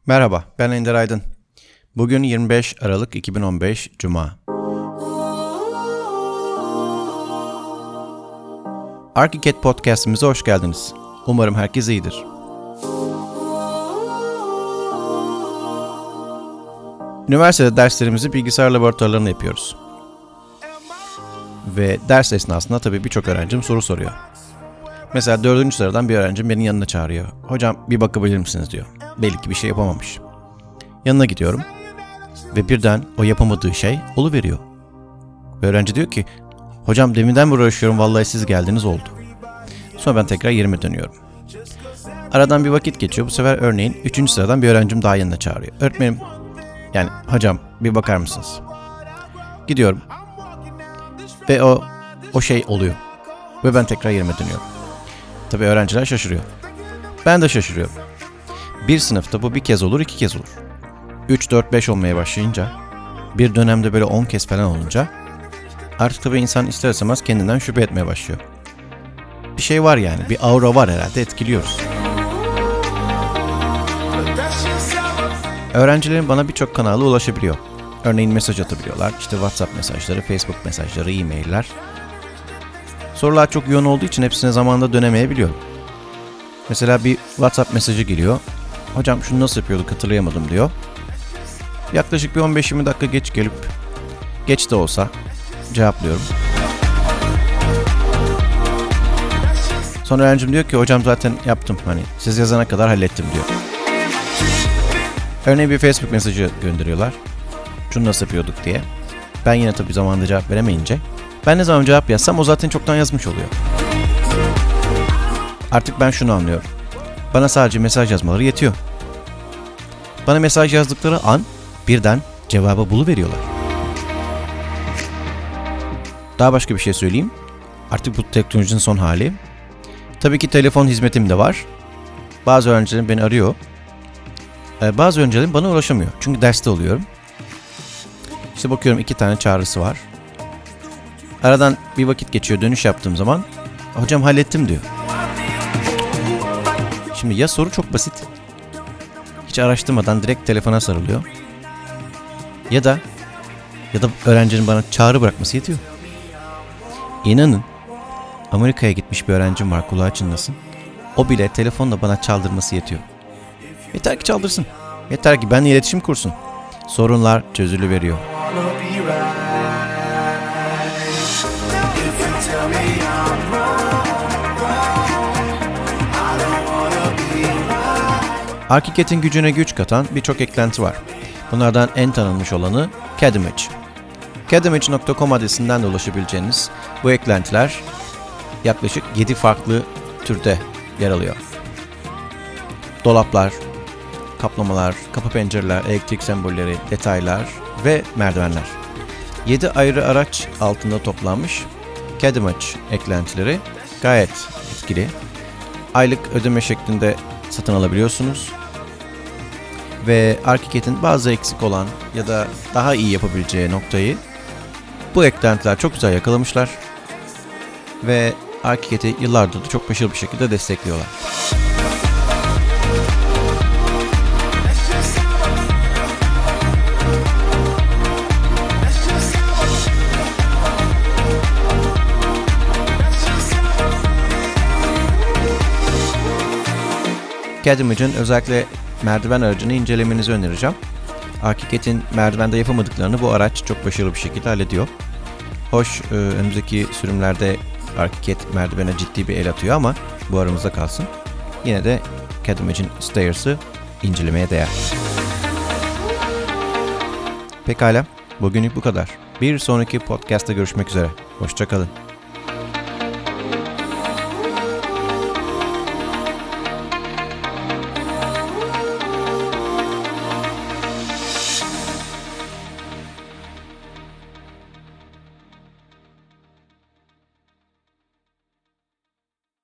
Merhaba, ben Ender Aydın. Bugün 25 Aralık 2015 Cuma. Archicad Podcast'imize hoş geldiniz. Umarım herkes iyidir. Üniversitede derslerimizi bilgisayar laboratuvarlarında yapıyoruz. Ve ders esnasında tabii birçok öğrencim soru soruyor. Mesela 4. sıradan bir öğrencim beni yanına çağırıyor. Hocam bir bakabilir misiniz diyor. Belli ki bir şey yapamamış. Yanına gidiyorum ve birden o yapamadığı şey oluveriyor. Ve öğrenci diyor ki, hocam deminden beri uğraşıyorum, vallahi siz geldiniz oldu. Sonra ben tekrar yerime dönüyorum. Aradan bir vakit geçiyor. Bu sefer örneğin 3. sıradan bir öğrencim daha yanına çağırıyor. Öğretmenim, yani hocam bir bakar mısınız? Gidiyorum. Ve o şey oluyor. Ve ben tekrar yerime dönüyorum. Tabii öğrenciler şaşırıyor. Ben de şaşırıyorum. Bir sınıfta bu bir kez olur, 2 kez olur. 3, 4, 5 olmaya başlayınca, bir dönemde böyle 10 kez falan olunca, artık tabii insan ister istemez kendinden şüphe etmeye başlıyor. Bir şey var yani, bir aura var herhalde, etkiliyoruz. Öğrencilerin bana birçok kanalda ulaşabiliyor. Örneğin mesaj atabiliyorlar, işte WhatsApp mesajları, Facebook mesajları, e-mailler. Sorular çok yoğun olduğu için hepsine zamanında dönemeyebiliyorum. Mesela bir WhatsApp mesajı geliyor. Hocam şunu nasıl yapıyorduk hatırlayamadım diyor. Yaklaşık bir 15-20 dakika geç gelip, geç de olsa cevaplıyorum. Sonra öğrencim diyor ki hocam zaten yaptım, hani siz yazana kadar hallettim diyor. Örneğin bir Facebook mesajı gönderiyorlar. Şunu nasıl yapıyorduk diye. Ben yine tabii zamanında cevap veremeyince, ben ne zaman cevap yazsam o zaten çoktan yazmış oluyor. Artık ben şunu anlıyorum. Bana sadece mesaj yazmaları yetiyor. Bana mesaj yazdıkları an birden cevabı buluveriyorlar. Daha başka bir şey söyleyeyim. Artık bu teknolojinin son hali. Tabii ki telefon hizmetim de var. Bazı öğrencilerim beni arıyor. Bazı öğrencilerim bana ulaşamıyor. Çünkü derste oluyorum. İşte bakıyorum 2 tane çağrısı var. Aradan bir vakit geçiyor, dönüş yaptığım zaman hocam hallettim diyor. Şimdi ya soru çok basit, hiç araştırmadan direkt telefona sarılıyor. Ya da öğrencinin bana çağrı bırakması yetiyor. İnanın, Amerika'ya gitmiş bir öğrencim var, kulağı çınlasın. O bile telefonla bana çaldırması yetiyor. Yeter ki çaldırsın. Yeter ki benimle iletişim kursun. Sorunlar çözülüveriyor. Archicad'in gücüne güç katan birçok eklenti var. Bunlardan en tanınmış olanı CADimage. CADimage.com adresinden de ulaşabileceğiniz bu eklentiler yaklaşık 7 farklı türde yer alıyor. Dolaplar, kaplamalar, kapı pencereler, elektrik sembolleri, detaylar ve merdivenler. 7 ayrı araç altında toplanmış CADimage eklentileri gayet etkili. Aylık ödeme şeklinde satın alabiliyorsunuz. Ve Archicad'in bazı eksik olan ya da daha iyi yapabileceği noktayı bu eklentiler çok güzel yakalamışlar. Ve Archicad'i yıllardır da çok başarılı bir şekilde destekliyorlar. CADimage'in özellikle merdiven aracını incelemenizi önereceğim. Archicad'in merdivende yapamadıklarını bu araç çok başarılı bir şekilde hallediyor. Hoş, önümüzdeki sürümlerde Archicad merdivene ciddi bir el atıyor ama bu aramızda kalsın. Yine de CADimage'in Stairs'ı incelemeye değer. Pekala, bugünlük bu kadar. Bir sonraki podcast'ta görüşmek üzere. Hoşça kalın.